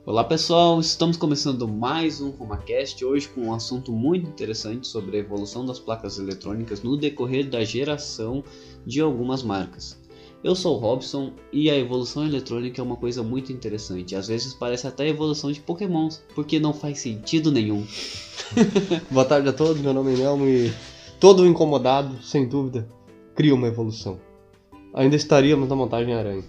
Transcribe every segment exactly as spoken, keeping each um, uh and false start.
Olá pessoal, estamos começando mais um RomaCast, hoje com um assunto muito interessante sobre a evolução das placas eletrônicas no decorrer da geração de algumas marcas. Eu sou o Robson e a evolução eletrônica é uma coisa muito interessante, às vezes parece até a evolução de Pokémons, porque não faz sentido nenhum. Boa tarde a todos, meu nome é Nelmo e todo incomodado, sem dúvida, cria uma evolução. Ainda estaríamos na montagem aranha.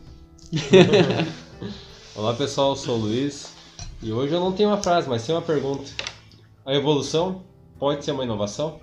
Olá pessoal, eu sou o Luiz e hoje eu não tenho uma frase, mas sim uma pergunta. A evolução pode ser uma inovação?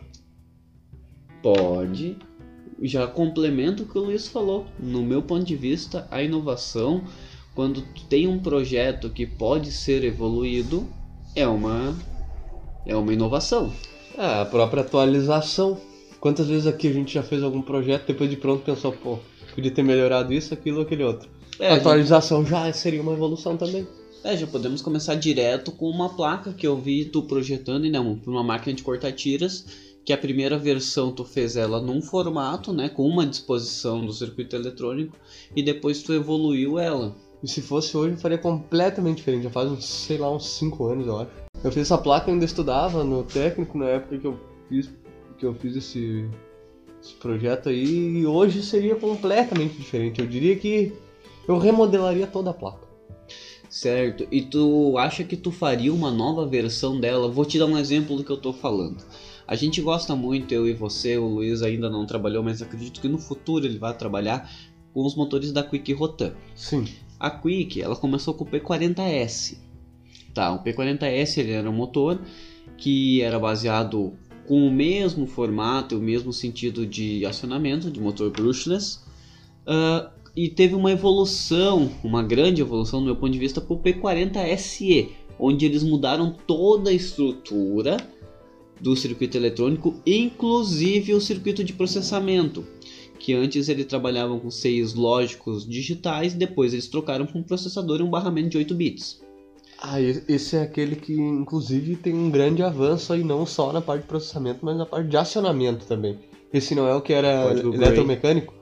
Pode. Já complemento o que o Luiz falou. No meu ponto de vista, a inovação, quando tu tem um projeto que pode ser evoluído, é uma, é uma inovação. Ah, a própria atualização. Quantas vezes aqui a gente já fez algum projeto, depois de pronto pensou, pô, podia ter melhorado isso, aquilo ou aquele outro. É, a atualização gente... já seria uma evolução também. É, já podemos começar direto com uma placa que eu vi tu projetando, né, uma máquina de cortar tiras, que a primeira versão tu fez ela num formato, né, com uma disposição do circuito eletrônico, e depois tu evoluiu ela. E se fosse hoje, eu faria completamente diferente, já faz uns, sei lá, uns cinco anos, eu acho. Eu fiz essa placa, eu ainda estudava no técnico, na época que eu fiz, que eu fiz esse, esse projeto aí, e hoje seria completamente diferente. Eu diria que eu remodelaria toda a placa. Certo, e tu acha que tu faria uma nova versão dela? Vou te dar um exemplo do que eu tô falando. A gente gosta muito, eu e você, o Luiz ainda não trabalhou, mas acredito que no futuro ele vai trabalhar com os motores da Quick Rotan. Sim. A Quick, ela começou com o P quarenta S. Tá, o P quarenta S ele era um motor que era baseado com o mesmo formato, o mesmo sentido de acionamento, de motor brushless. Uh, E teve uma evolução, uma grande evolução do meu ponto de vista para o P quarenta S E, onde eles mudaram toda a estrutura do circuito eletrônico, inclusive o circuito de processamento, que antes ele trabalhava com seis lógicos digitais, depois eles trocaram para um processador e um barramento de oito bits. Ah, esse é aquele que inclusive tem um grande avanço aí, não só na parte de processamento, mas na parte de acionamento também. Esse não é o que era Código eletromecânico?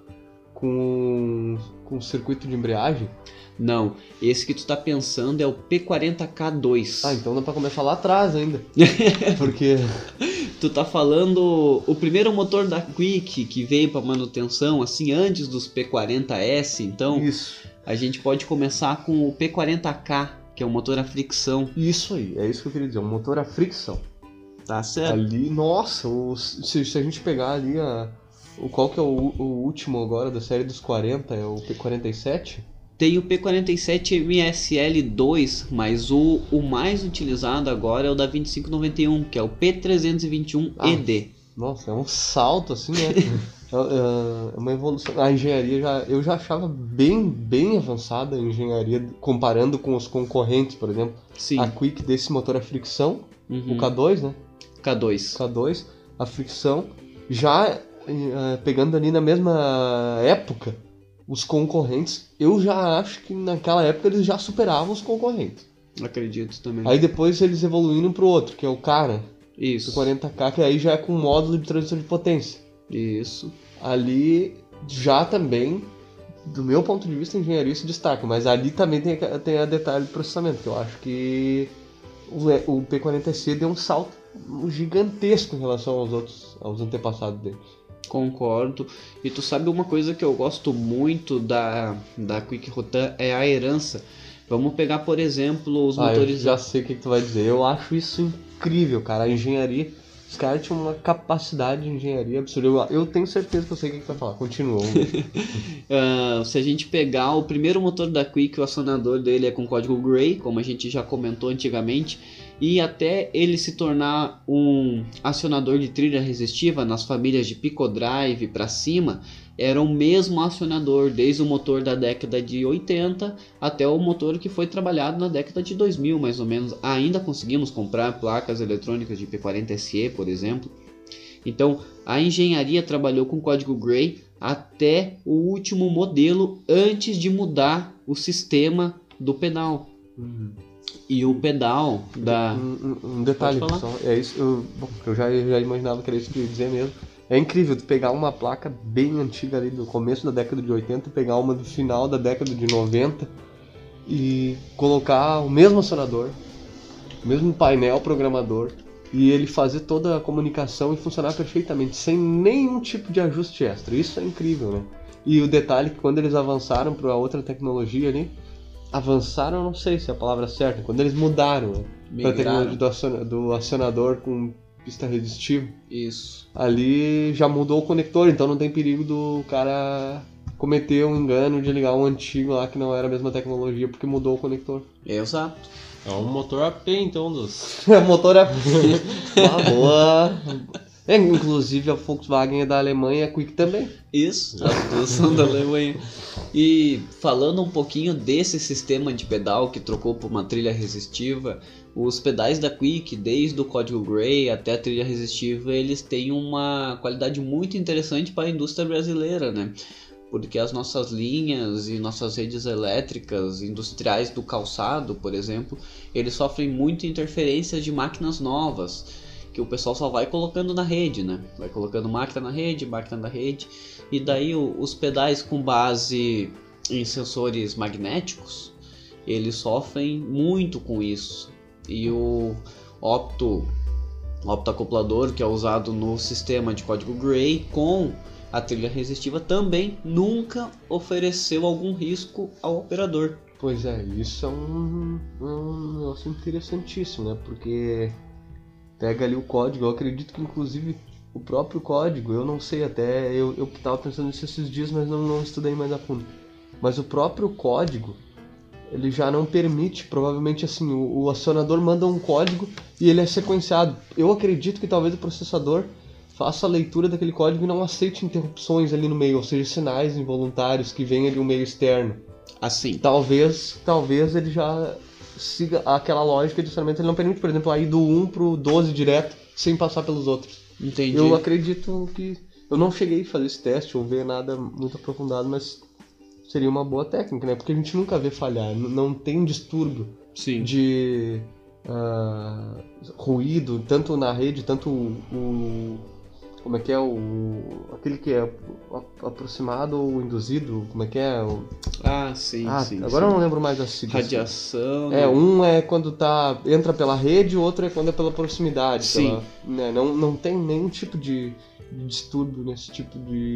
Com, com circuito de embreagem? Não, esse que tu tá pensando é o P quarenta K dois. Ah, então dá pra começar lá atrás ainda. Porque... Tu tá falando o primeiro motor da Quick que veio pra manutenção, assim, antes dos P quarenta S, então... Isso. A gente pode começar com o P quarenta K, que é o motor a fricção. Isso aí, é isso que eu queria dizer, um motor a fricção. Tá certo. Ali, nossa, o, se, se a gente pegar ali a... Qual que é o, o último agora da série dos quarenta? É o P quarenta e sete? Tem o P quarenta e sete M S L dois, mas o, o mais utilizado agora é o da vinte e cinco noventa e um, que é o P trezentos e vinte e um E D. Ah, nossa, é um salto assim, né? é, é uma evolução. A engenharia, já, eu já achava bem, bem avançada a engenharia, comparando com os concorrentes, por exemplo. Sim. A Quick desse motor a fricção, Uhum. o K dois, né? K dois. K dois, a fricção, já... pegando ali na mesma época, os concorrentes, eu já acho que naquela época eles já superavam os concorrentes. Acredito também. Aí depois eles evoluíram pro outro, que é o Cara, Isso. o quarenta K, que aí já é com módulo de transmissão de potência. Isso. Ali já também, do meu ponto de vista, a engenharia se destaca, mas ali também tem, tem a detalhe de processamento, que eu acho que o, o P quarenta C deu um salto gigantesco em relação aos outros, aos antepassados dele. Concordo. E tu sabe uma coisa que eu gosto muito da, da Quick Rotan é a herança. Vamos pegar, por exemplo, os ah, motores... Eu já sei o que, que tu vai dizer. Eu acho isso incrível, cara. A engenharia... Os caras tinham uma capacidade de engenharia absurda. Eu, eu tenho certeza que eu sei o que, que tu vai falar. Continua. uh, se a gente pegar o primeiro motor da Quick, o acionador dele é com código Gray, como a gente já comentou antigamente, e até ele se tornar um acionador de trilha resistiva nas famílias de Pico Drive para cima, era o mesmo acionador, desde o motor da década de oitenta até o motor que foi trabalhado na década de dois mil, mais ou menos. Ainda conseguimos comprar placas eletrônicas de P quarenta S E, por exemplo. Então, a engenharia trabalhou com código Gray até o último modelo, antes de mudar o sistema do pedal. Uhum. E o pedal da... Um, um, um detalhe, só, é isso, eu, bom, eu já, já imaginava que era isso que eu ia dizer mesmo. É incrível tu pegar uma placa bem antiga ali do começo da década de oitenta e pegar uma do final da década de noventa e colocar o mesmo acionador, o mesmo painel programador, e ele fazer toda a comunicação e funcionar perfeitamente, sem nenhum tipo de ajuste extra. Isso é incrível, né? E o detalhe é que quando eles avançaram para outra tecnologia ali, avançaram, não sei se é a palavra certa, quando eles mudaram, né? Para a tecnologia do, acion- do acionador com pista resistiva. Isso. Ali já mudou o conector, então não tem perigo do cara cometer um engano de ligar um antigo lá que não era a mesma tecnologia porque mudou o conector. Exato. É um motor A P, então, dos... O motor é... Uma boa... É, inclusive a Volkswagen é da Alemanha, a Quick também. Isso, a produção da Alemanha. E falando um pouquinho desse sistema de pedal que trocou por uma trilha resistiva, os pedais da Quick, desde o código Gray até a trilha resistiva, eles têm uma qualidade muito interessante para a indústria brasileira, né? Porque as nossas linhas e nossas redes elétricas industriais do calçado, por exemplo, eles sofrem muito interferências de máquinas novas, que o pessoal só vai colocando na rede, né? Vai colocando máquina na rede, máquina na rede, e daí o, os pedais com base em sensores magnéticos, eles sofrem muito com isso. E o opto, optoacoplador que é usado no sistema de código Gray com a trilha resistiva também nunca ofereceu algum risco ao operador. Pois é, isso é um, um negócio interessantíssimo, né? Porque pega ali o código, eu acredito que inclusive o próprio código, eu não sei até, eu, eu tava pensando nisso esses dias, mas não, não estudei mais a fundo. Mas o próprio código, ele já não permite, provavelmente assim, o, o acionador manda um código e ele é sequenciado. Eu acredito que talvez o processador faça a leitura daquele código e não aceite interrupções ali no meio, ou seja, sinais involuntários que venham de um meio externo. Assim. Talvez, talvez ele já siga aquela lógica de acionamento, ele não permite, por exemplo, ir do um pro doze direto, sem passar pelos outros. Entendi. Eu acredito que... Eu não cheguei a fazer esse teste ou ver nada muito aprofundado, mas seria uma boa técnica, né? Porque a gente nunca vê falhar, n- não tem distúrbio Sim. de ah, ruído, tanto na rede, tanto o... o- como é que é o... aquele que é a- aproximado ou induzido, como é que é? O, Ah, sim, ah, sim. agora sim. eu não lembro mais as siglas. Radiação. É, um é quando tá, entra pela rede, o outro é quando é pela proximidade. Sim. Pela, né, não, não tem nenhum tipo de, de distúrbio nesse tipo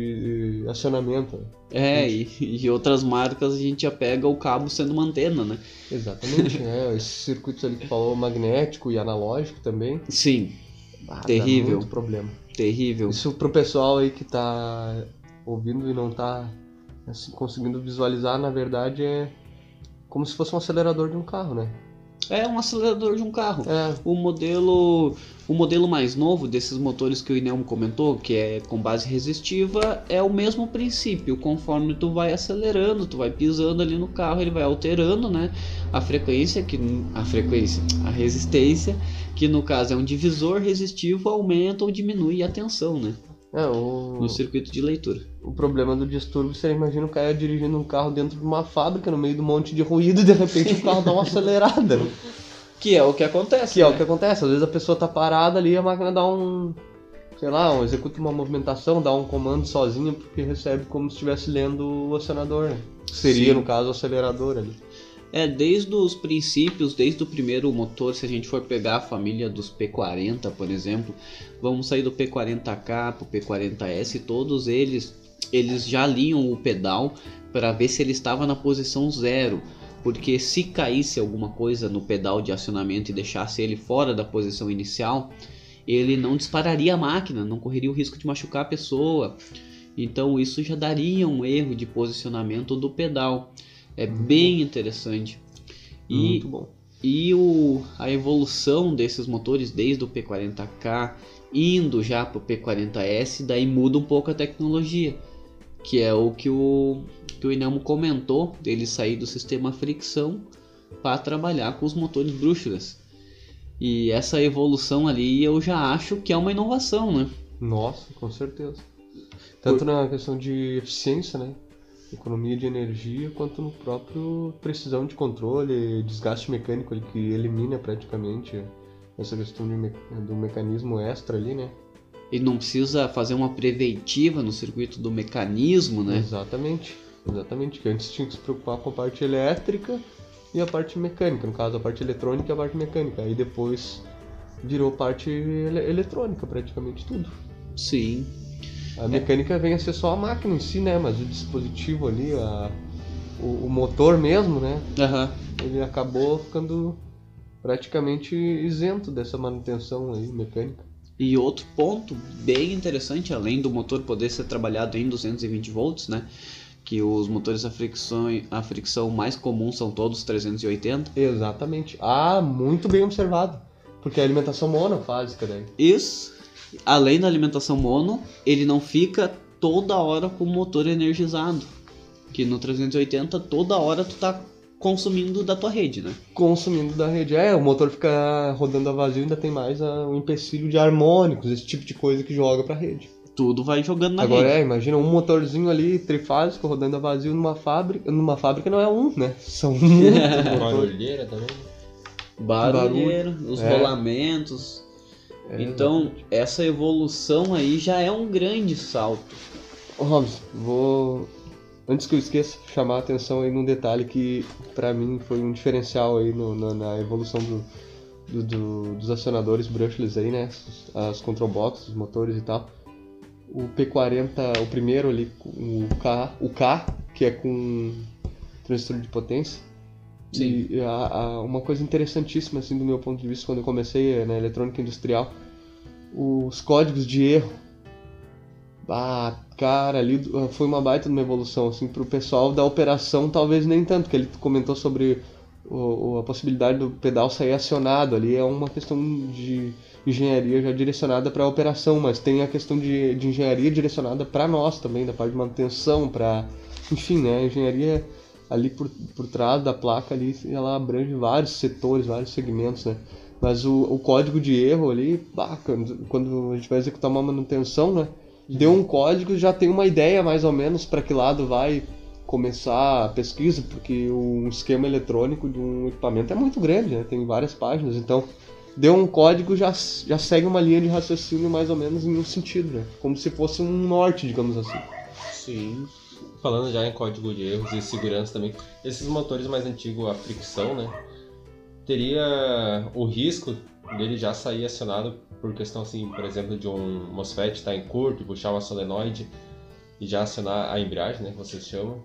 de acionamento. É, e, e outras marcas a gente já pega o cabo sendo uma antena, né? Exatamente, né? Esses circuitos ali que falou, magnético e analógico também. Sim, Ah, dá Terrível. muito problema. terrível. Isso pro pessoal aí que tá ouvindo e não tá assim, conseguindo visualizar, na verdade é como se fosse um acelerador de um carro, né? É um acelerador de um carro. É, O modelo, o modelo mais novo desses motores que o Inelmo comentou, que é com base resistiva, é o mesmo princípio. Conforme tu vai acelerando, tu vai pisando ali no carro, ele vai alterando, né, a frequência, que a frequência, a resistência, que no caso é um divisor resistivo, aumenta ou diminui a tensão, né, é o... no circuito de leitura. O problema do distúrbio, você imagina o cara dirigindo um carro dentro de uma fábrica, no meio de um monte de ruído, e de repente o carro dá uma acelerada. Né? Que é o que acontece. Que é né? o que acontece, às vezes a pessoa tá parada ali e a máquina dá um... sei lá, um, executa uma movimentação, dá um comando sozinha, porque recebe como se estivesse lendo o acionador, né? Seria, Sim. no caso, o acelerador ali. É, desde os princípios, desde o primeiro motor, se a gente for pegar a família dos P quarenta, por exemplo, vamos sair do P quarenta K para o P quarenta S, todos eles, eles já alinham o pedal para ver se ele estava na posição zero, porque se caísse alguma coisa no pedal de acionamento e deixasse ele fora da posição inicial, ele não dispararia a máquina, não correria o risco de machucar a pessoa. Então isso já daria um erro de posicionamento do pedal. É Muito bem interessante. E, Muito bom. e o, a evolução desses motores desde o P quarenta K indo já para o P quarenta S, daí muda um pouco a tecnologia, que é o que o, que o Inelmo comentou, dele sair do sistema fricção para trabalhar com os motores brushless. E essa evolução ali eu já acho que é uma inovação, né? Nossa, com certeza. Tanto na questão de eficiência, né? Economia de energia, quanto no próprio precisão de controle, desgaste mecânico ali, que elimina praticamente essa questão de me- do mecanismo extra ali, né? Ele não precisa fazer uma preventiva no circuito do mecanismo, né? Exatamente, exatamente. Que antes tinha que se preocupar com a parte elétrica e a parte mecânica, no caso a parte eletrônica e a parte mecânica. Aí depois virou parte ele- eletrônica, praticamente tudo. Sim. A mecânica vem a ser só a máquina em si, né? Mas o dispositivo ali, a, o, o motor mesmo, né? Aham. Ele acabou ficando praticamente isento dessa manutenção aí mecânica. E outro ponto bem interessante, além do motor poder ser trabalhado em duzentos e vinte volts, né? Que os motores a fricção, a fricção mais comuns são todos trezentos e oitenta. Exatamente. Ah, muito bem observado. Porque é a alimentação monofásica daí. Isso, além da alimentação mono, ele não fica toda hora com o motor energizado. Que no trezentos e oitenta toda hora tu tá consumindo da tua rede, né? Consumindo da rede. É, o motor fica rodando a vazio e ainda tem mais ah, um empecilho de harmônicos, esse tipo de coisa que joga pra rede. Tudo vai jogando na Agora rede. é, imagina um motorzinho ali trifásico rodando a vazio numa fábrica. Numa fábrica não é um, né? São muitos motores. Barulheira também. Barulheiro, os É. rolamentos. É, Então, essa evolução aí já é um grande salto. Ô, Robson, vou... Antes que eu esqueça, chamar a atenção aí num detalhe que pra mim foi um diferencial aí no, na, na evolução do, do, do- dos acionadores brushless aí, né? As control boxes, os motores e tal. O P quarenta, o primeiro ali, o K, o K, que é com transistor de potência. Sim. E a, a- uma coisa interessantíssima, assim, do meu ponto de vista, quando eu comecei na eletrônica industrial, os códigos de erro. Ah, cara, ali foi uma baita de uma evolução, assim, pro pessoal da operação, talvez nem tanto, que ele comentou sobre o, o- a possibilidade do pedal sair acionado, ali é uma questão de engenharia já direcionada para a operação, mas tem a questão de, de engenharia direcionada para nós também, da parte de manutenção, para, enfim, né, a engenharia ali por, por trás da placa ali, ela abrange vários setores, vários segmentos, né, mas o, o código de erro ali, bah, quando, quando a gente vai executar uma manutenção, né, deu um código, já tem uma ideia mais ou menos para que lado vai começar a pesquisa, porque um esquema eletrônico de um equipamento é muito grande, né? Tem várias páginas, então deu um código, já, já segue uma linha de raciocínio mais ou menos em um sentido, né? Como se fosse um norte, digamos assim. Sim. Falando já em código de erros e segurança também, esses motores mais antigos, a fricção, né? Teria o risco dele já sair acionado por questão, assim, por exemplo, de um MOSFET estar em curto e puxar uma solenoide e já acionar a embreagem, né, que vocês chamam.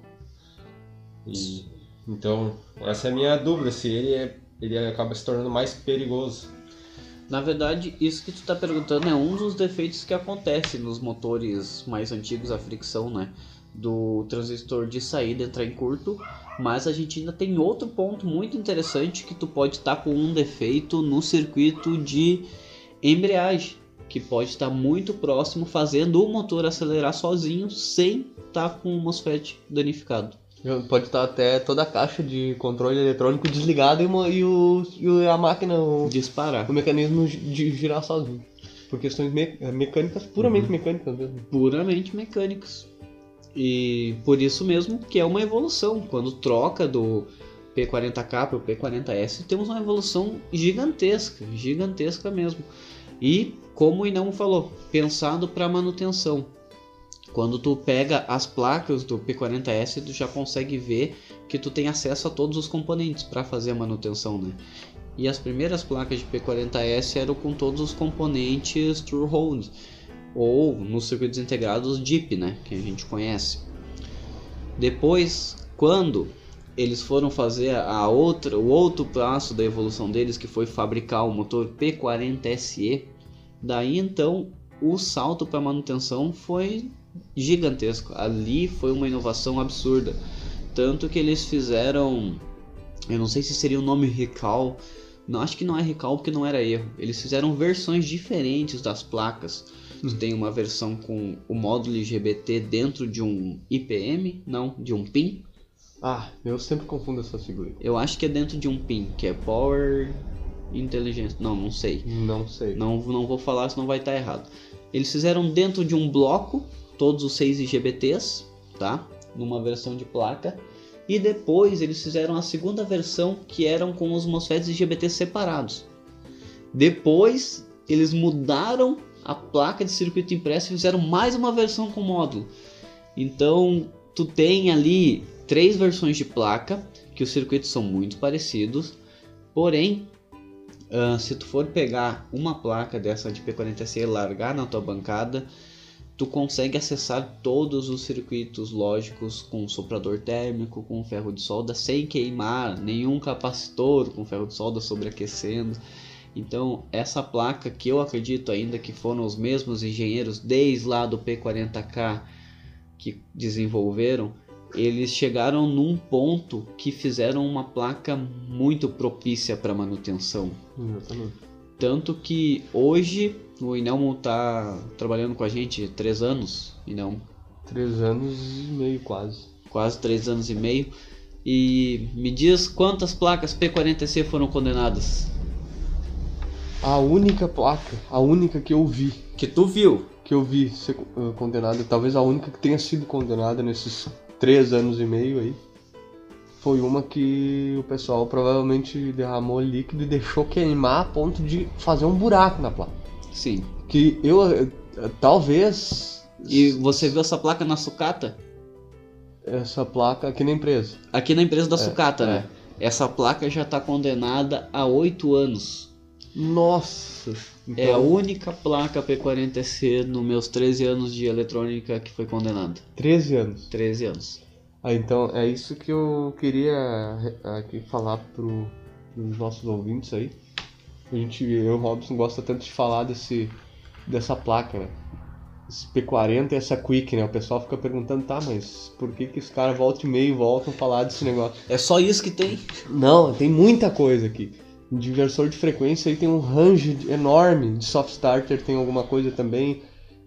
E, então, essa é a minha dúvida, se ele, é, ele acaba se tornando mais perigoso. Na verdade, isso que tu tá perguntando é um dos defeitos que acontece nos motores mais antigos a fricção, né? Do transistor de saída entrar em curto, mas a gente ainda tem outro ponto muito interessante que tu pode estar com um defeito no circuito de embreagem, que pode estar muito próximo, fazendo o motor acelerar sozinho sem estar com o MOSFET danificado. Pode estar até toda a caixa de controle eletrônico desligada e, uma, e, o, e a máquina, o, Disparar. o mecanismo de girar sozinho. Por questões me, mecânicas, puramente Uhum. mecânicas mesmo. Puramente mecânicos. E por isso mesmo que é uma evolução. Quando troca do P quarenta K para o P quarenta S, temos uma evolução gigantesca, gigantesca mesmo. E como o Inamo falou, pensado para manutenção. Quando tu pega as placas do P quarenta S, tu já consegue ver que tu tem acesso a todos os componentes para fazer a manutenção, né? E as primeiras placas de P quarenta S eram com todos os componentes True Hold, ou nos circuitos integrados D I P, né, que a gente conhece. Depois, quando eles foram fazer a outra, o outro passo da evolução deles, que foi fabricar o motor P quarenta S E, daí então o salto para manutenção foi gigantesco. Ali foi uma inovação absurda, tanto que eles fizeram, eu não sei se seria o nome recall, não, acho que não é recall porque não era erro. Eles fizeram versões diferentes das placas. Tu tem uma versão com o módulo I G B T dentro de um I P M, não, de um P I N. Ah, eu sempre confundo essas figuras. Eu acho que é dentro de um P I N, que é Power Intelligence, não, não sei. Não sei. Não, não vou falar, senão vai estar errado. Eles fizeram dentro de um bloco todos os seis I G B Ts, tá? Numa versão de placa. E depois eles fizeram a segunda versão, que eram com os MOSFETs I G B T separados. Depois eles mudaram a placa de circuito impresso e fizeram mais uma versão com módulo. Então tu tem ali três versões de placa que os circuitos são muito parecidos, porém, uh, se tu for pegar uma placa dessa de P quarenta C e largar na tua bancada, tu consegue acessar todos os circuitos lógicos com soprador térmico, com ferro de solda, sem queimar nenhum capacitor com ferro de solda sobreaquecendo. Então essa placa, que eu acredito ainda que foram os mesmos engenheiros desde lá do P quarenta K que desenvolveram, eles chegaram num ponto que fizeram uma placa muito propícia para manutenção. Exatamente. Tanto que hoje o Inelmo tá trabalhando com a gente há três anos, Inelmo. Três anos e meio quase. Quase três anos e meio. E me diz quantas placas P quarenta C foram condenadas? A única placa, a única que eu vi, Que tu viu? que eu vi ser uh, condenada, talvez a única que tenha sido condenada nesses três anos e meio aí, foi uma que o pessoal provavelmente derramou líquido e deixou queimar a ponto de fazer um buraco na placa. Sim. Que eu, uh, talvez... E você viu essa placa na sucata? Essa placa aqui na empresa. Aqui na empresa da É, sucata, é. né? Essa placa já tá condenada a oito anos. Nossa! Então, É a única placa P quarenta C nos meus treze anos de eletrônica que foi condenada. treze anos. treze anos. Ah, então é isso que eu queria aqui falar pro, pros nossos ouvintes aí. A gente, eu e o Robson gosta tanto de falar desse, dessa placa, né? Esse P quarenta e essa Quick, né? O pessoal fica perguntando, tá, mas por que que os caras voltam e meio voltam a falar desse negócio? É só isso que tem? Não, tem muita coisa aqui. De inversor de frequência aí tem um range enorme, de soft starter tem alguma coisa também.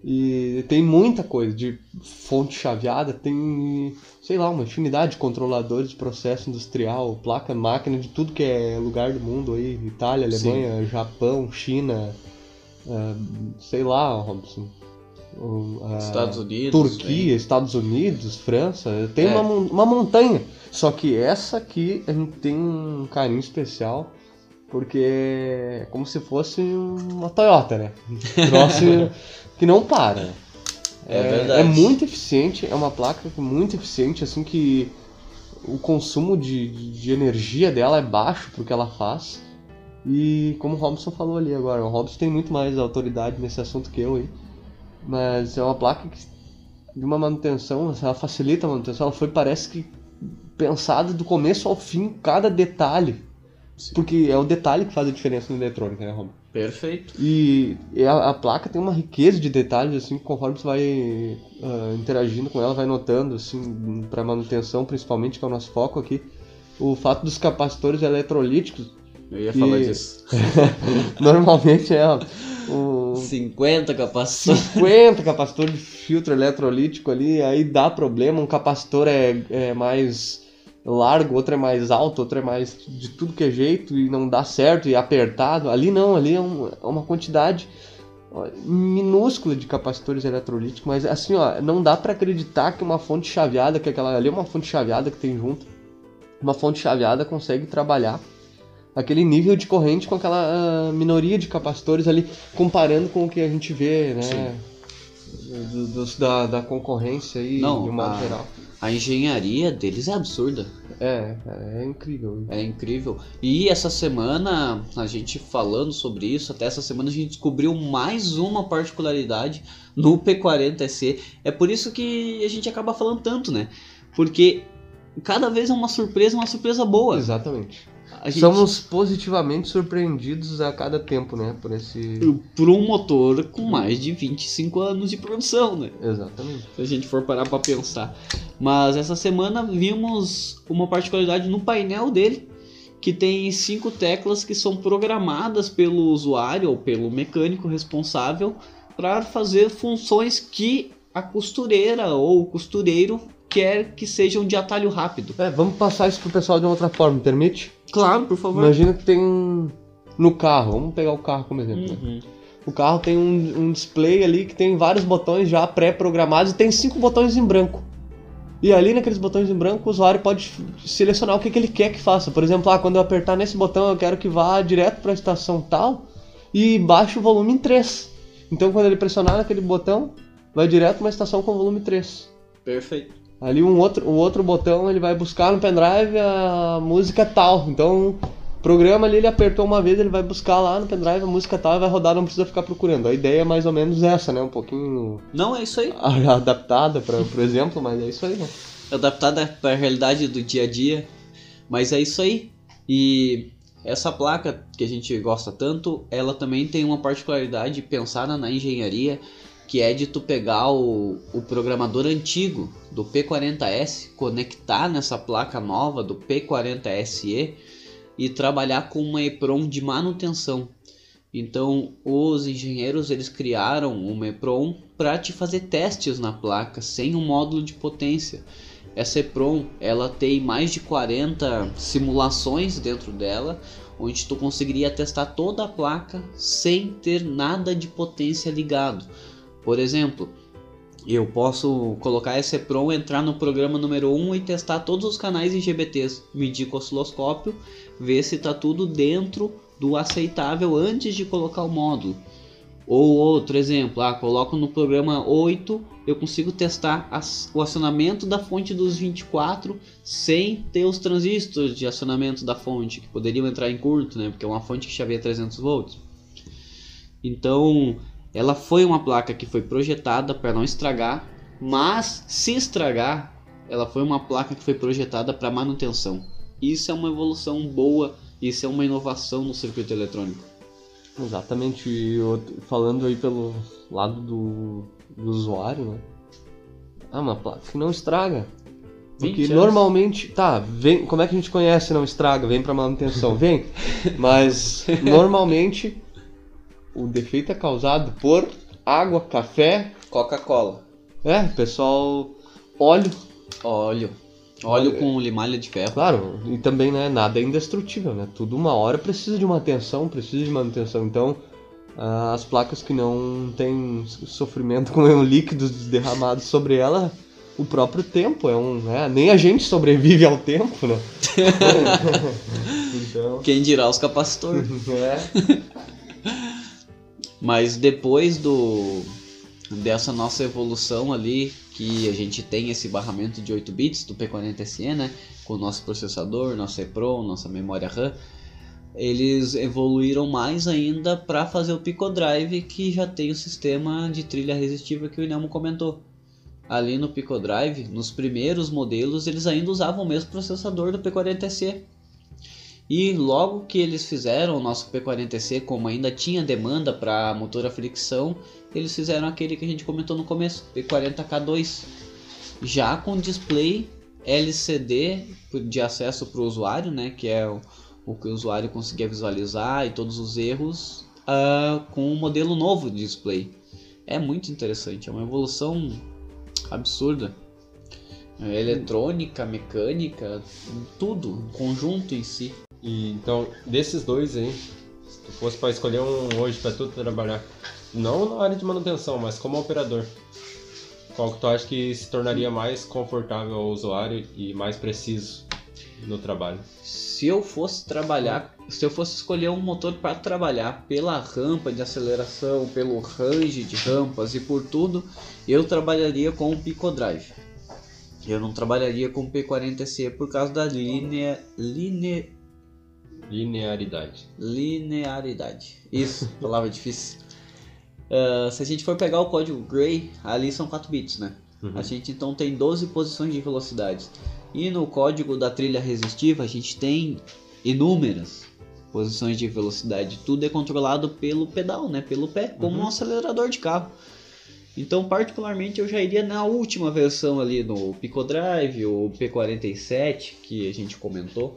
E tem muita coisa, de fonte chaveada, tem, sei lá, uma infinidade de controladores de processo industrial, placa, máquina de tudo que é lugar do mundo aí, Itália, Alemanha, Sim. Japão, China, uh, sei lá, Robson, uh, Estados Unidos, Turquia, bem. Estados Unidos, França, tem É. uma, uma montanha, só que essa aqui a gente tem um carinho especial, porque é como se fosse uma Toyota, né? Um troço que não para. É, é verdade. É muito eficiente, é uma placa muito eficiente, assim que o consumo de, de energia dela é baixo pro que ela faz. E como o Robson falou ali agora, o Robson tem muito mais autoridade nesse assunto que eu aí. Mas é uma placa que, de uma manutenção, ela facilita a manutenção, ela foi, parece que, pensada do começo ao fim, cada detalhe. Sim. Porque é o detalhe que faz a diferença na eletrônica, né, Rob? Perfeito. E a, a placa tem uma riqueza de detalhes, assim, conforme você vai uh, interagindo com ela, vai notando, assim, para manutenção, principalmente, que é o nosso foco aqui, o fato dos capacitores eletrolíticos. Eu ia que falar disso. Normalmente é o cinquenta capacitores. cinquenta capacitor de filtro eletrolítico ali, aí dá problema, um capacitor é, é mais largo, outro é mais alto, outro é mais de tudo que é jeito e não dá certo e é apertado. Ali não, ali é, um, é uma quantidade minúscula de capacitores eletrolíticos, mas assim, ó, não dá pra acreditar que uma fonte chaveada, que aquela ali é uma fonte chaveada que tem junto, uma fonte chaveada consegue trabalhar aquele nível de corrente com aquela uh, minoria de capacitores ali, comparando com o que a gente vê, né, do, do, da, da concorrência aí, não, de um modo a... geral. A engenharia deles é absurda. É, é incrível. É incrível. E essa semana, a gente falando sobre isso, até essa semana a gente descobriu mais uma particularidade no P quarenta C. É por isso que a gente acaba falando tanto, né? Porque cada vez é uma surpresa, uma surpresa boa. Exatamente. A gente... Somos positivamente surpreendidos a cada tempo, né? Por esse... Por um motor com mais de vinte e cinco anos de produção, né? Exatamente. Se a gente for parar pra pensar. Mas essa semana vimos uma particularidade no painel dele, que tem cinco teclas que são programadas pelo usuário ou pelo mecânico responsável para fazer funções que a costureira ou o costureiro quer que sejam de atalho rápido. É, vamos passar isso pro pessoal de uma outra forma, me permite? Claro, por favor. Imagina que tem no carro, vamos pegar o carro como exemplo. Uhum. Né? O carro tem um, um display ali que tem vários botões já pré-programados e tem cinco botões em branco. E ali naqueles botões em branco o usuário pode selecionar o que, que ele quer que faça. Por exemplo, ah, quando eu apertar nesse botão eu quero que vá direto para a estação tal e baixe o volume em três. Então quando ele pressionar naquele botão, vai direto para uma estação com volume três. Perfeito. ali um outro, o outro botão ele vai buscar no pendrive a música tal. Então, programa ali, ele apertou uma vez, ele vai buscar lá no pendrive a música tal e vai rodar, não precisa ficar procurando. A ideia é mais ou menos essa, né? Um pouquinho... Não, é isso aí. Adaptada para o exemplo, mas é isso aí, né? Adaptada para a realidade do dia a dia. Mas é isso aí. E essa placa que a gente gosta tanto, ela também tem uma particularidade pensada na engenharia, que é de tu pegar o, o programador antigo do P quarenta S, conectar nessa placa nova do P quarenta S E e trabalhar com uma EEPROM de manutenção. Então os engenheiros eles criaram uma EEPROM para te fazer testes na placa sem um módulo de potência. Essa EEPROM ela tem mais de quarenta simulações dentro dela, onde tu conseguiria testar toda a placa sem ter nada de potência ligado. Por exemplo, eu posso colocar essa EEPROM, entrar no programa número um e testar todos os canais I G B Ts, medir com o osciloscópio, ver se está tudo dentro do aceitável antes de colocar o módulo. Ou outro exemplo, ah, coloco no programa oito, eu consigo testar as, o acionamento da fonte dos vinte e quatro sem ter os transistores de acionamento da fonte, que poderiam entrar em curto, né, porque é uma fonte que chaveia trezentos volts. Então, ela foi uma placa que foi projetada para não estragar, mas se estragar, ela foi uma placa que foi projetada para manutenção. Isso é uma evolução boa, isso é uma inovação no circuito eletrônico. Exatamente, e eu, falando aí pelo lado do, do usuário, né? Ah, uma placa que não estraga. Porque normalmente, tá, vem, como é que a gente conhece não estraga? Vem pra manutenção, vem. Mas normalmente o defeito é causado por água, café, Coca-Cola. É, pessoal, óleo. Óleo. Óleo com limalha de ferro. Claro, e também, né, nada é indestrutível, né? Tudo uma hora precisa de uma atenção, precisa de manutenção. Então, as placas que não tem sofrimento com líquidos derramados sobre ela, o próprio tempo é um, né? Nem a gente sobrevive ao tempo, né? Então... Quem dirá os capacitores. É. Mas depois do dessa nossa evolução ali, que a gente tem esse barramento de oito bits do P quarenta S E, né, com o nosso processador, nosso EEPROM, nossa memória RAM, eles evoluíram mais ainda para fazer o Picodrive, que já tem o sistema de trilha resistiva que o Inelmo comentou. Ali no Picodrive, nos primeiros modelos, eles ainda usavam o mesmo processador do P quarenta S E. E logo que eles fizeram o nosso P quarenta S E, como ainda tinha demanda para motor a fricção, eles fizeram aquele que a gente comentou no começo, P quarenta K dois, já com display L C D de acesso para o usuário, né, que é o, o que o usuário conseguia visualizar e todos os erros, uh, com um modelo novo de display. É muito interessante, é uma evolução absurda. É eletrônica, mecânica, tudo, conjunto em si. E então, desses dois aí, se tu fosse para escolher um hoje para tu trabalhar, não na área de manutenção, mas como operador, qual que tu acha que se tornaria mais confortável ao usuário e mais preciso no trabalho? Se eu fosse trabalhar, se eu fosse escolher um motor para trabalhar pela rampa de aceleração, pelo range de rampas e por tudo, eu trabalharia com o Picodrive. Eu não trabalharia com o P quarenta S E por causa da linea, linea, linearidade. Linearidade. Isso, palavra difícil. Uh, se a gente for pegar o código Gray, ali são quatro bits, né? Uhum. A gente então tem doze posições de velocidade. E no código da trilha resistiva a gente tem inúmeras posições de velocidade. Tudo é controlado pelo pedal, né? Pelo pé, como uhum. um acelerador de carro. Então, particularmente, eu já iria na última versão ali no Picodrive, o P quarenta e sete, que a gente comentou.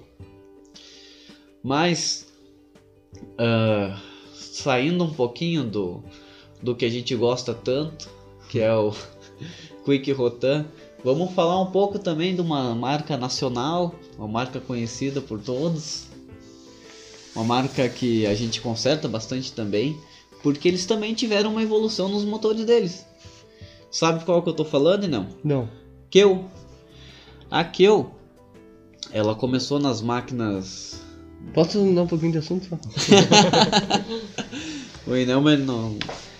Mas, uh, saindo um pouquinho do, do que a gente gosta tanto, que é o Quick Rotan, vamos falar um pouco também de uma marca nacional, uma marca conhecida por todos, uma marca que a gente conserta bastante também, porque eles também tiveram uma evolução nos motores deles. Sabe qual que eu tô falando, não? Não. Keu. A Keu, ela começou nas máquinas... Posso dar um pouquinho de assunto? O Inelmo não,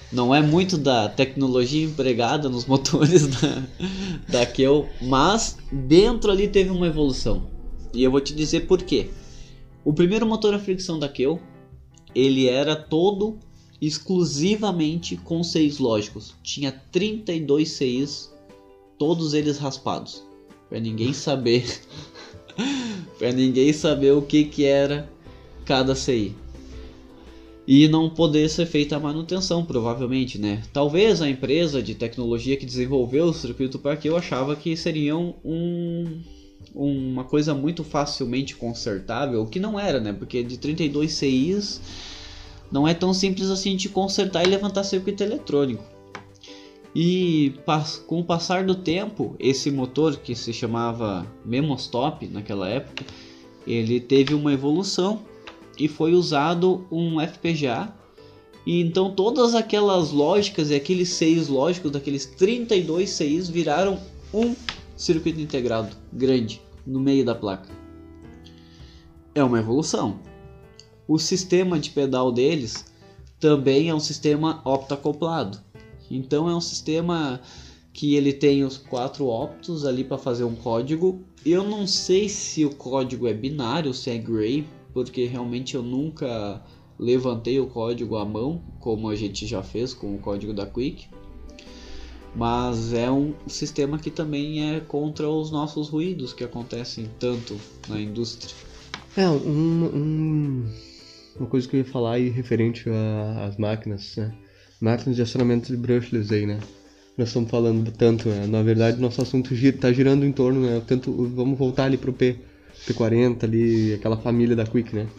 não é muito da tecnologia empregada nos motores da, da Kell, mas dentro ali teve uma evolução. E eu vou te dizer por quê. O primeiro motor a fricção da Kell, ele era todo exclusivamente com C Is lógicos. Tinha trinta e dois C Is, todos eles raspados. Pra ninguém saber, pra ninguém saber o que que era cada C I. E não poder ser feita a manutenção, provavelmente, né? Talvez a empresa de tecnologia que desenvolveu o circuito para Kell achava que seriam um, uma coisa muito facilmente consertável, o que não era, né? Porque de trinta e dois C Is não é tão simples assim de consertar e levantar circuito eletrônico. E com o passar do tempo, esse motor que se chamava Memostop naquela época, ele teve uma evolução e foi usado um F P G A. E então todas aquelas lógicas e aqueles C Is lógicos daqueles trinta e dois C Is viraram um circuito integrado grande no meio da placa. É uma evolução. O sistema de pedal deles também é um sistema optoacoplado. Então é um sistema que ele tem os quatro optos ali para fazer um código. Eu não sei se o código é binário, se é gray, porque realmente eu nunca levantei o código à mão, como a gente já fez com o código da Quick. Mas é um sistema que também é contra os nossos ruídos que acontecem tanto na indústria. É, um, um, uma coisa que eu ia falar aí referente às máquinas, né? Máquinas de acionamento de brushless aí, né? Nós estamos falando tanto, né? Na verdade nosso assunto está girando em torno, né? Tanto, vamos voltar ali pro P. P quarenta ali, aquela família da Quick, né?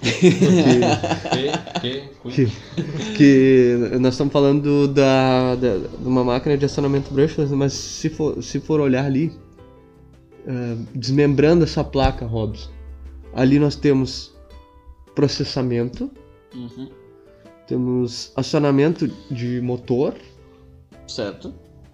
Que, que, que nós estamos falando da, da, de uma máquina de acionamento brushless, mas se for, se for olhar ali, uh, desmembrando essa placa, Robson, ali nós temos processamento, uhum. Temos acionamento de motor, certo?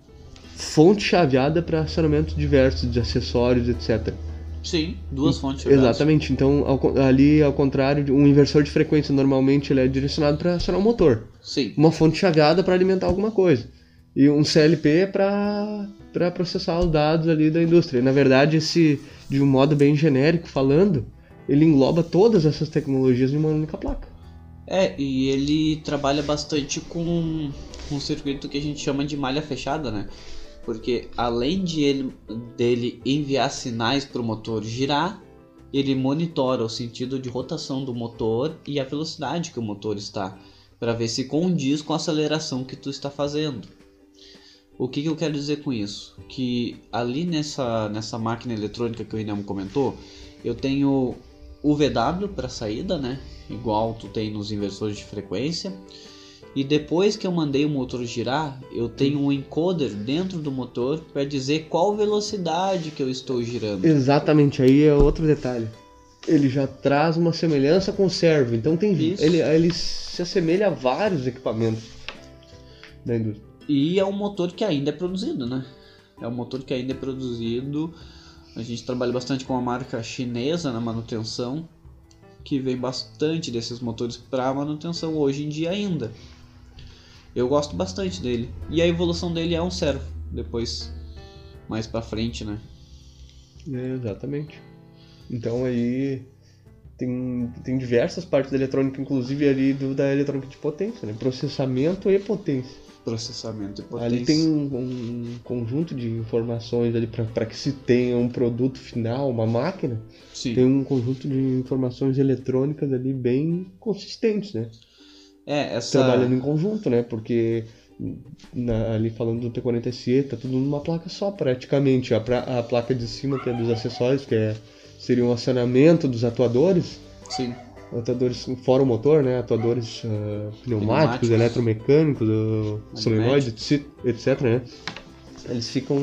Fonte chaveada para acionamento diversos de acessórios, etcétera. Sim, duas fontes. Exatamente, então ao, ali ao contrário, um inversor de frequência normalmente ele é direcionado para acionar o motor. Sim. Uma fonte chaveada para alimentar alguma coisa. E um C L P para para processar os dados ali da indústria. E, na verdade, esse, de um modo bem genérico falando, ele engloba todas essas tecnologias em uma única placa. É, e ele trabalha bastante com um circuito que a gente chama de malha fechada, né? Porque além de ele, dele enviar sinais para o motor girar, ele monitora o sentido de rotação do motor e a velocidade que o motor está, para ver se condiz com a aceleração que tu está fazendo. O que, que eu quero dizer com isso? Que ali nessa, nessa máquina eletrônica que o Inemo comentou, eu tenho o V W para saída, né? Igual tu tem nos inversores de frequência. E depois que eu mandei o motor girar, eu tenho um encoder dentro do motor para dizer qual velocidade que eu estou girando. Exatamente, aí é outro detalhe. Ele já traz uma semelhança com o servo, então tem ele, ele se assemelha a vários equipamentos da indústria. E é um motor que ainda é produzido, né? É um motor que ainda é produzido. A gente trabalha bastante com a marca chinesa na manutenção, que vem bastante desses motores para manutenção hoje em dia ainda. Eu gosto bastante dele. E a evolução dele é um servo. Depois, mais pra frente, né? É, exatamente. Então aí tem, tem diversas partes da eletrônica, inclusive ali do, da eletrônica de potência, né? Processamento e potência. Processamento e potência. Ali tem um, um conjunto de informações ali para que se tenha um produto final, uma máquina. Sim. Tem um conjunto de informações eletrônicas ali bem consistentes, né? É, essa... Trabalhando em conjunto, né? Porque na, ali falando do P quarenta S E, tá tudo numa placa só praticamente. A, pra, a placa de cima, que é dos acessórios, que é, seria um acionamento dos atuadores. Sim. Atuadores fora o motor, né? Atuadores uh, pneumáticos, pneumáticos, eletromecânicos, uh, solenoides, etcétera, né? Eles ficam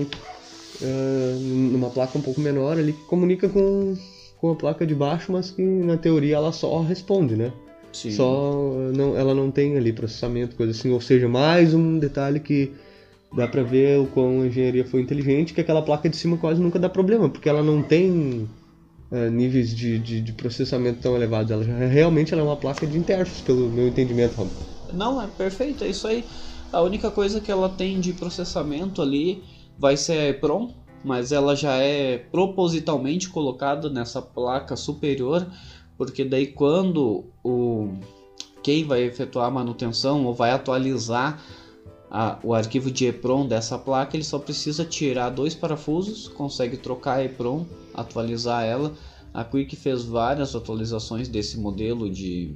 uh, numa placa um pouco menor ali que comunica com, com a placa de baixo, mas que na teoria ela só responde, né? Sim. Só não, ela não tem ali processamento, coisa assim. Ou seja, mais um detalhe que dá pra ver o quão a engenharia foi inteligente, que aquela placa de cima quase nunca dá problema, porque ela não tem uh, níveis de, de, de processamento tão elevados. Ela já, realmente ela é uma placa de interface, pelo meu entendimento, Rob. Não, é perfeito, é isso aí. A única coisa que ela tem de processamento ali vai ser a EEPROM, mas ela já é propositalmente colocada nessa placa superior, porque daí quando o quem vai efetuar a manutenção ou vai atualizar a, o arquivo de EEPROM dessa placa, ele só precisa tirar dois parafusos, consegue trocar a EEPROM, atualizar ela. A Quick fez várias atualizações desse modelo de,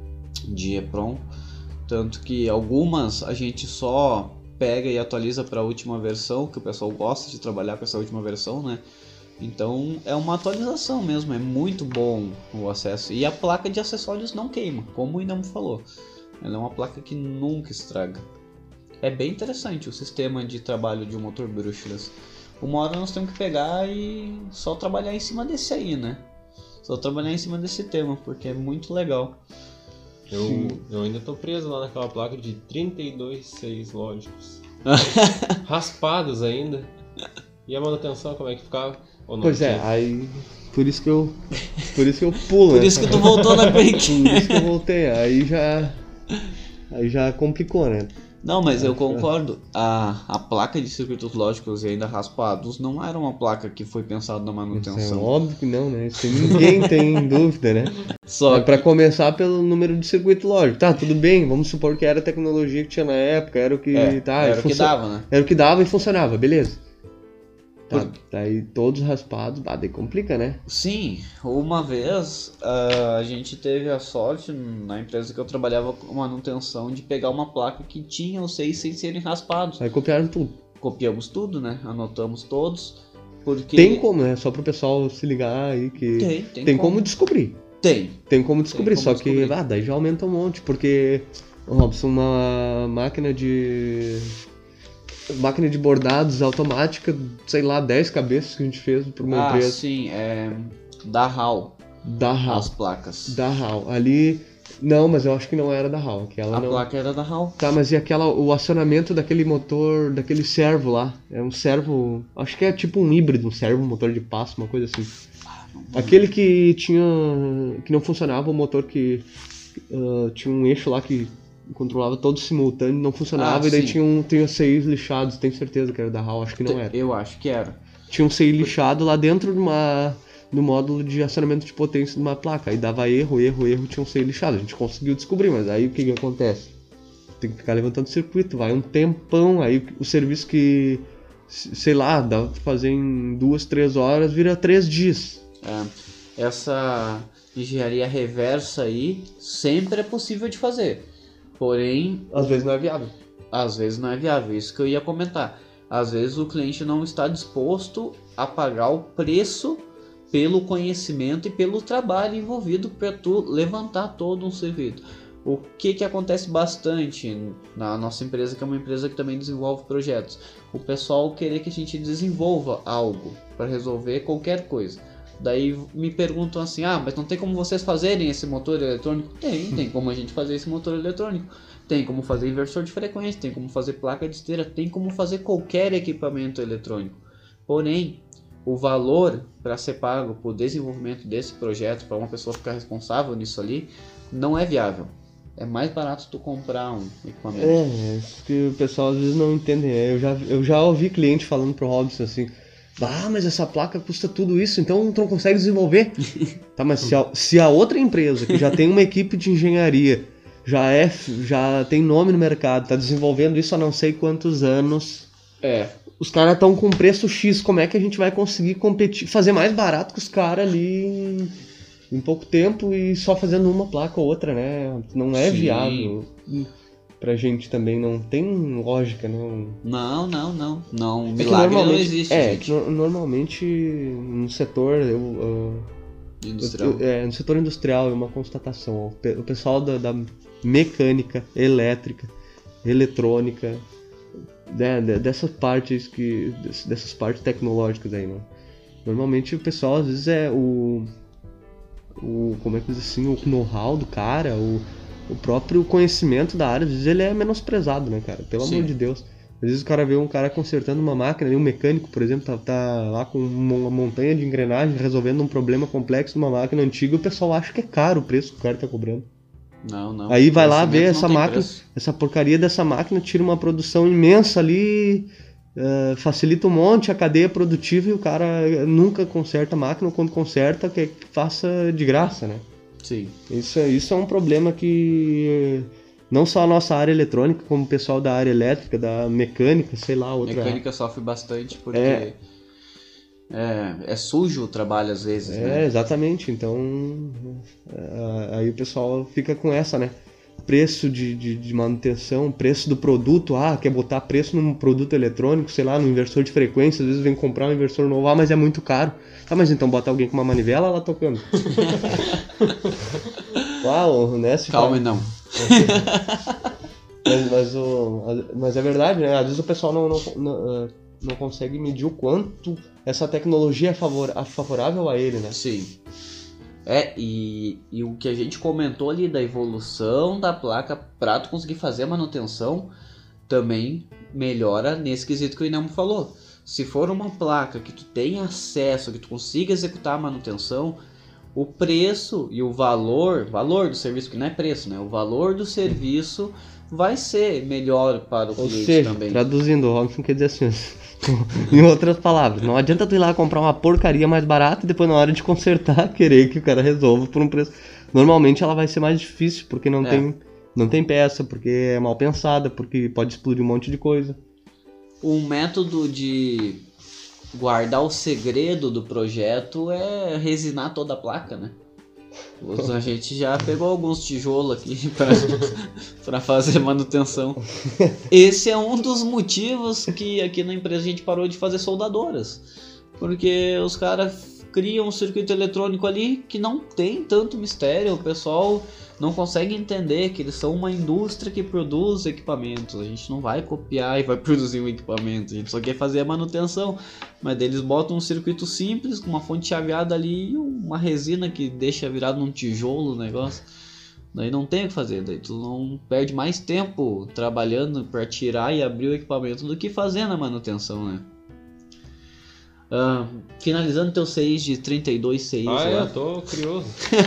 de EEPROM, tanto que algumas a gente só pega e atualiza para a última versão, que o pessoal gosta de trabalhar com essa última versão, né? Então é uma atualização mesmo, é muito bom o acesso. E a placa de acessórios não queima, como o Inamo falou. Ela é uma placa que nunca estraga. É bem interessante o sistema de trabalho de um motor brushless. Uma hora nós temos que pegar e só trabalhar em cima desse aí, né? Só trabalhar em cima desse tema, porque é muito legal. Eu, eu ainda tô preso lá naquela placa de trinta e dois seis lógicos. Raspados ainda. E a manutenção, como é que ficava? Ou não Pois é, tinha? aí... Por isso que eu... Por isso que eu pulo, Por né? isso que tu voltou na Quick. Por isso que eu voltei, aí já... Aí já complicou, né? Não, mas eu concordo. A, a placa de circuitos lógicos e ainda raspados não era uma placa que foi pensada na Isso é manutenção. óbvio que não, né? Isso ninguém tem dúvida, né? Só É pra começar pelo número de circuito lógico. Tá, tudo bem, vamos supor que era a tecnologia que tinha na época, era o que... é, tá, era o que funcio- dava, né? Era o que dava e funcionava, beleza. Tá, Por- daí todos raspados, ah, daí complica, né? Sim, uma vez ah, a gente teve a sorte na empresa que eu trabalhava com manutenção de pegar uma placa que tinha os seis sem serem raspados. Aí copiaram tudo. Copiamos tudo, né? Anotamos todos. Porque Tem como, né? Só pro pessoal se ligar aí que... Tem, tem, Tem como como. descobrir. Tem. Tem como descobrir, como só que descobrir. ah, daí já aumenta um monte, porque, Robson, uma máquina de... Máquina de bordados automática, sei lá, dez cabeças que a gente fez para uma Ah, empresa sim, é da H A L, da H A as L. placas. Da H A L. Ali, não, mas eu acho que não era da H A L. Aquela A não... placa era da H A L. Tá, mas e aquela, o acionamento daquele motor, daquele servo lá? É um servo, acho que é tipo um híbrido, um servo, um motor de passo, uma coisa assim. Aquele que tinha, que não funcionava, o motor que uh, tinha um eixo lá que controlava todo simultâneo, não funcionava, Ah, e daí sim. tinha, um, tinha C Is lixados, tenho certeza que era da H A L, acho que não era. Eu acho que era. Tinha um C I lixado lá dentro de uma, do módulo de acionamento de potência de uma placa, aí dava erro, erro, erro, tinha um C I lixado, a gente conseguiu descobrir, mas aí o que que acontece? Tem que ficar levantando circuito, vai um tempão, aí o serviço que, sei lá, dá pra fazer em duas, três horas, vira três dias. É, essa engenharia reversa aí sempre é possível de fazer. Porém, Às vezes não é viável. às vezes não é viável. Isso que eu ia comentar. Às vezes o cliente não está disposto a pagar o preço pelo conhecimento e pelo trabalho envolvido para tu levantar todo um circuito. O que que acontece bastante na nossa empresa, que é uma empresa que também desenvolve projetos? O pessoal querer que a gente desenvolva algo para resolver qualquer coisa. Daí me perguntam assim, ah, mas não tem como vocês fazerem esse motor eletrônico? Tem, tem como a gente fazer esse motor eletrônico. Tem como fazer inversor de frequência, tem como fazer placa de esteira, tem como fazer qualquer equipamento eletrônico. Porém, o valor para ser pago por desenvolvimento desse projeto, para uma pessoa ficar responsável nisso ali, não é viável. É mais barato tu comprar um equipamento. É, é isso que o pessoal às vezes não entende. Eu já, eu já ouvi cliente falando pro Robson assim, ah, mas essa placa custa tudo isso, então tu não consegue desenvolver? Tá, mas se a, se a outra empresa, que já tem uma equipe de engenharia, já, é, já tem nome no mercado, tá desenvolvendo isso há não sei quantos anos, É, os caras estão com preço X, como é que a gente vai conseguir competir, fazer mais barato que os caras ali em, em pouco tempo e só fazendo uma placa ou outra, né? Não é Sim. viável. Pra gente também não tem lógica, né? não, não, não. Não, É que milagre não normalmente- existe, é, gente. no- normalmente no setor, eu, eu- Industrial. eu- é, no setor industrial é uma constatação. O pe- o pessoal da, da mecânica, elétrica, eletrônica, né, de- dessas partes que, dess- dessas partes tecnológicas aí, né? Normalmente o pessoal às vezes é o, o como é que diz assim, o know-how do cara, o, o próprio conhecimento da área, às vezes ele é menosprezado, né, cara? Pelo Sim. amor de Deus. Às vezes o cara vê um cara consertando uma máquina, e um mecânico, por exemplo, tá, tá lá com uma montanha de engrenagens resolvendo um problema complexo de uma máquina antiga, e o pessoal acha que é caro o preço que o cara tá cobrando. Não, não. Aí vai lá ver Conhecimento essa não tem máquina, preço. essa porcaria dessa máquina, tira uma produção imensa ali, eh, facilita um monte a cadeia produtiva e o cara nunca conserta a máquina, ou quando conserta, quer que faça de graça, né? Sim. Isso, é- isso é um problema que não só a nossa área eletrônica, como o pessoal da área elétrica, da mecânica, sei lá, outra... Mecânica sofre bastante porque É. é, é sujo o trabalho às vezes, É, né? exatamente. Então, é, aí o pessoal fica com essa, né? Preço de, de, de manutenção, preço do produto. Ah, quer botar preço num produto eletrônico, sei lá, no inversor de frequência. Às vezes vem comprar um inversor novo, ah, mas é muito caro. Tá, mas então bota alguém com uma manivela lá tocando. Uau, né? Se Calma, fala- não. Mas, mas, o, mas é verdade, né? Às vezes o pessoal não, não, não, não consegue medir o quanto essa tecnologia é favor, é favorável a ele, né? Sim. É, e, e o que a gente comentou ali da evolução da placa para tu conseguir fazer a manutenção também melhora nesse quesito que o Inamo falou. Se for uma placa que tu tenha acesso, que tu consiga executar a manutenção, o preço e o valor, valor do serviço, que não é preço, né? O valor do serviço vai ser melhor para o Ou cliente seja, também. traduzindo, o Robson quer dizer assim, em outras palavras, não adianta tu ir lá comprar uma porcaria mais barata e depois na hora de consertar querer que o cara resolva por um preço. Normalmente ela vai ser mais difícil porque não, É. tem, não tem peça, porque é mal pensada, porque pode explodir um monte de coisa. Um método de guardar o segredo do projeto é resinar toda a placa, né? A gente já pegou alguns tijolos aqui para fazer manutenção. Esse é um dos motivos que aqui na empresa a gente parou de fazer soldadoras. Porque os caras criam um circuito eletrônico ali que não tem tanto mistério. O pessoal não consegue entender que eles são uma indústria que produz equipamentos. A gente não vai copiar e vai produzir um equipamento. A gente só quer fazer a manutenção. Mas eles botam um circuito simples com uma fonte chaveada ali e uma resina que deixa virado num tijolo o negócio. Daí não tem o que fazer. Daí tu não perde mais tempo trabalhando para tirar e abrir o equipamento do que fazendo a manutenção, né? Uh, finalizando teu C I de trinta e dois C Is Ah, é, lá. eu tô curioso.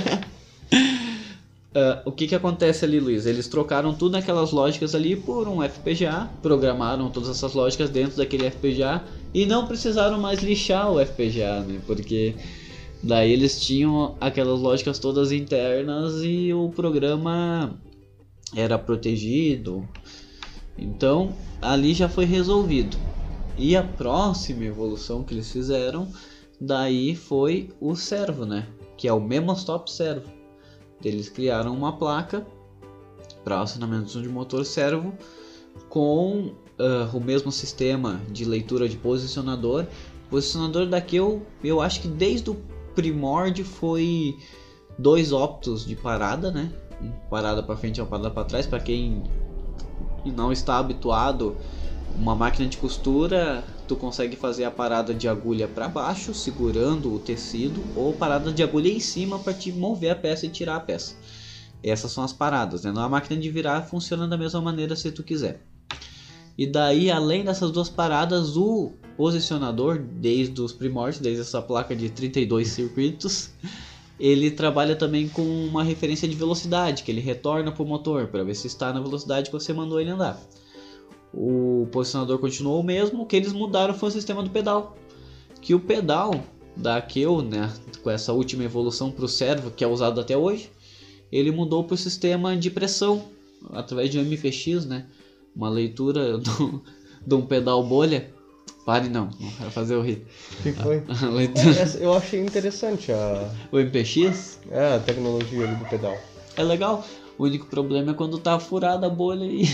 Uh, o que que acontece ali, Luiz? Eles trocaram tudo naquelas lógicas ali por um F P G A, programaram todas essas lógicas dentro daquele F P G A e não precisaram mais lixar o F P G A, né? Porque daí eles tinham aquelas lógicas todas internas e o programa era protegido. Então ali já foi resolvido. E a próxima evolução que eles fizeram daí foi o servo, né? Que é o Memostop Servo. Eles criaram uma placa para acionamento de motor servo com uh, o mesmo sistema de leitura de posicionador. O posicionador daqui eu, eu acho que desde o primórdio foi dois optos de parada, né? Parada para frente e uma parada para trás. Para quem não está habituado, uma máquina de costura, tu consegue fazer a parada de agulha para baixo, segurando o tecido, ou parada de agulha em cima para te mover a peça e tirar a peça. Essas são as paradas, né? Na máquina de virar funciona da mesma maneira se tu quiser. E daí, além dessas duas paradas, o posicionador, desde os primórdios, desde essa placa de trinta e dois circuitos, ele trabalha também com uma referência de velocidade, que ele retorna para o motor, para ver se está na velocidade que você mandou ele andar. O posicionador continuou o mesmo, o que eles mudaram foi o sistema do pedal. Que o pedal da Akeo, né, com essa última evolução para o servo, que é usado até hoje, ele mudou para o sistema de pressão, através de um M P X, né, uma leitura do, de um pedal bolha. Pare não, não quero fazer o rir. O que foi? A leitura, Essa- Eu achei interessante a, o M P X é, a tecnologia ali do pedal. é legal. O único problema é quando tá furada a bolha e...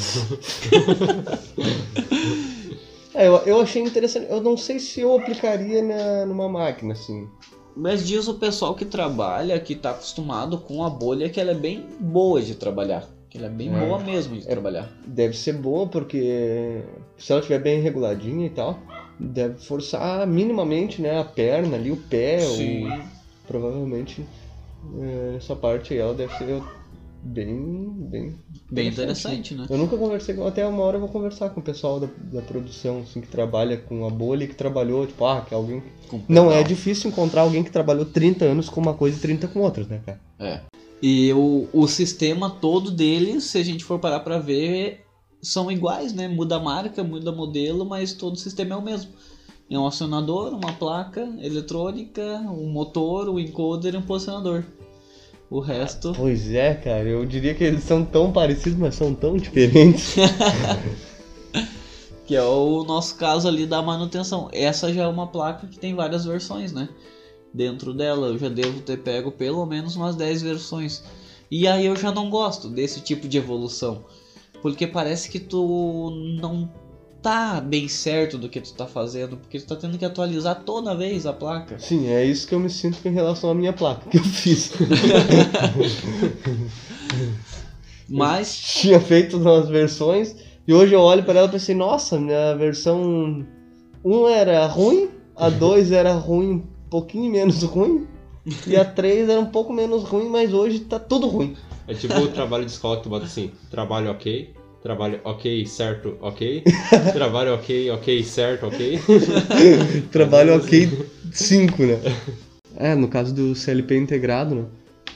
É, eu, eu achei interessante. Eu não sei se eu aplicaria na, numa máquina, assim. Mas diz o pessoal que trabalha, que tá acostumado com a bolha, que ela é bem boa de trabalhar. Que ela é bem É. boa mesmo de trabalhar. Deve ser boa, porque se ela estiver bem reguladinha e tal, deve forçar minimamente, né, a perna ali, o pé, Sim. ou provavelmente é, essa parte aí ela deve ser bem, bem, Bem interessante, né? Eu nunca conversei com, até uma hora eu vou conversar com o pessoal da, da produção, assim, que trabalha com a bolha e que trabalhou, tipo, ah, que alguém... Com Não é pedal. difícil encontrar alguém que trabalhou trinta anos com uma coisa e trinta com outras, né, cara? É. E o, o sistema todo deles, se a gente for parar pra ver, são iguais, né? Muda a marca, muda modelo, mas todo o sistema é o mesmo. É um acionador, uma placa eletrônica, um motor, um encoder e um posicionador. O resto... Pois é, cara, eu diria que eles são tão parecidos, mas são tão diferentes. Que é o nosso caso ali da manutenção. Essa já é uma placa que tem várias versões, né? Dentro dela eu já devo ter pego pelo menos umas dez versões. E aí eu já não gosto desse tipo de evolução. Porque parece que tu não tá bem certo do que tu tá fazendo. Porque tu tá tendo que atualizar toda vez a placa. Sim, é isso que eu me sinto em relação à minha placa que eu fiz. Mas... Eu tinha feito umas versões e hoje eu olho para ela e pensei, nossa, minha versão um era ruim, a dois era ruim, um pouquinho menos ruim, e a três era um pouco menos ruim, mas hoje tá tudo ruim. É tipo o trabalho de escola que tu bota assim, trabalho ok, trabalho ok, certo, ok, trabalho ok, ok, certo, ok. Trabalho ok cinco, né? É, no caso do C L P integrado, né?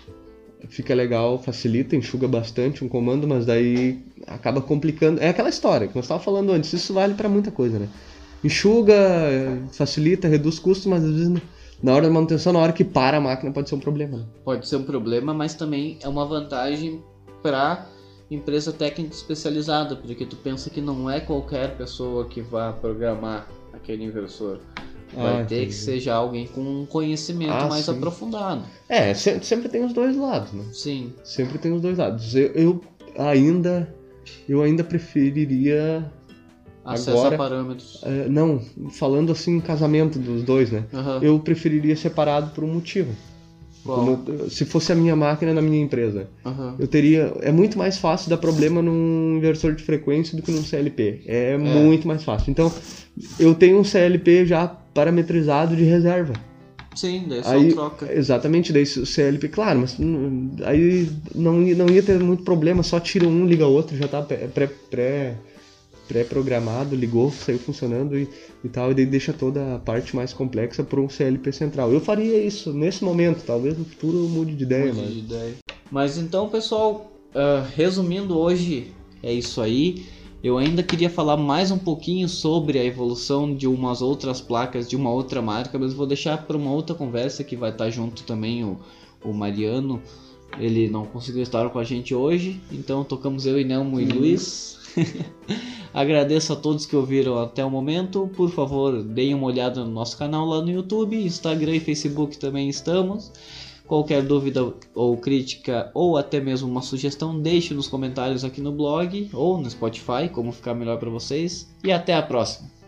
Fica legal, facilita, enxuga bastante um comando, mas daí acaba complicando. É aquela história que nós estávamos falando antes, isso vale para muita coisa, né? Enxuga, facilita, reduz custos, mas às vezes na hora da manutenção, na hora que para a máquina pode ser um problema, né? Pode ser um problema, mas também é uma vantagem para empresa técnica especializada, porque tu pensa que não é qualquer pessoa que vá programar aquele inversor. Vai Ah, ter entendi. que seja alguém com um conhecimento Ah, mais sim. aprofundado. É, se- sempre tem os dois lados, né? Sim. Sempre tem os dois lados. Eu, eu ainda eu ainda preferiria Acesso Agora- a parâmetros. eh, não, falando assim casamento dos dois, né? Aham. Eu preferiria separado por um motivo. Qual? Como- se fosse a minha máquina na minha empresa, Aham. eu teria é muito mais fácil dar problema num inversor de frequência do que num C L P. É, muito mais fácil. Então, eu tenho um C L P já parametrizado de reserva. Sim, daí só Aí, troca. exatamente, daí o C L P, claro, mas hum, aí não, ia- não ia ter muito problema, só tira um, liga outro, já tá pré, pré, pré- pré-programado, ligou, saiu funcionando e, e tal, e daí deixa toda a parte mais complexa para um C L P central. Eu faria isso nesse momento, talvez no futuro eu mude de ideia, Mude mas... de ideia. Mas então, pessoal, ah, resumindo hoje, é isso aí. Eu ainda queria falar mais um pouquinho sobre a evolução de umas outras placas de uma outra marca, mas vou deixar para uma outra conversa que vai estar junto também o, o Mariano. Ele não conseguiu estar com a gente hoje, então tocamos eu, Nelmo e Luiz. Agradeço a todos que ouviram até o momento. Por favor, deem uma olhada no nosso canal lá no YouTube, Instagram e Facebook também estamos. Qualquer dúvida ou crítica ou até mesmo uma sugestão, deixe nos comentários aqui no blog ou no Spotify, como ficar melhor para vocês. E até a próxima!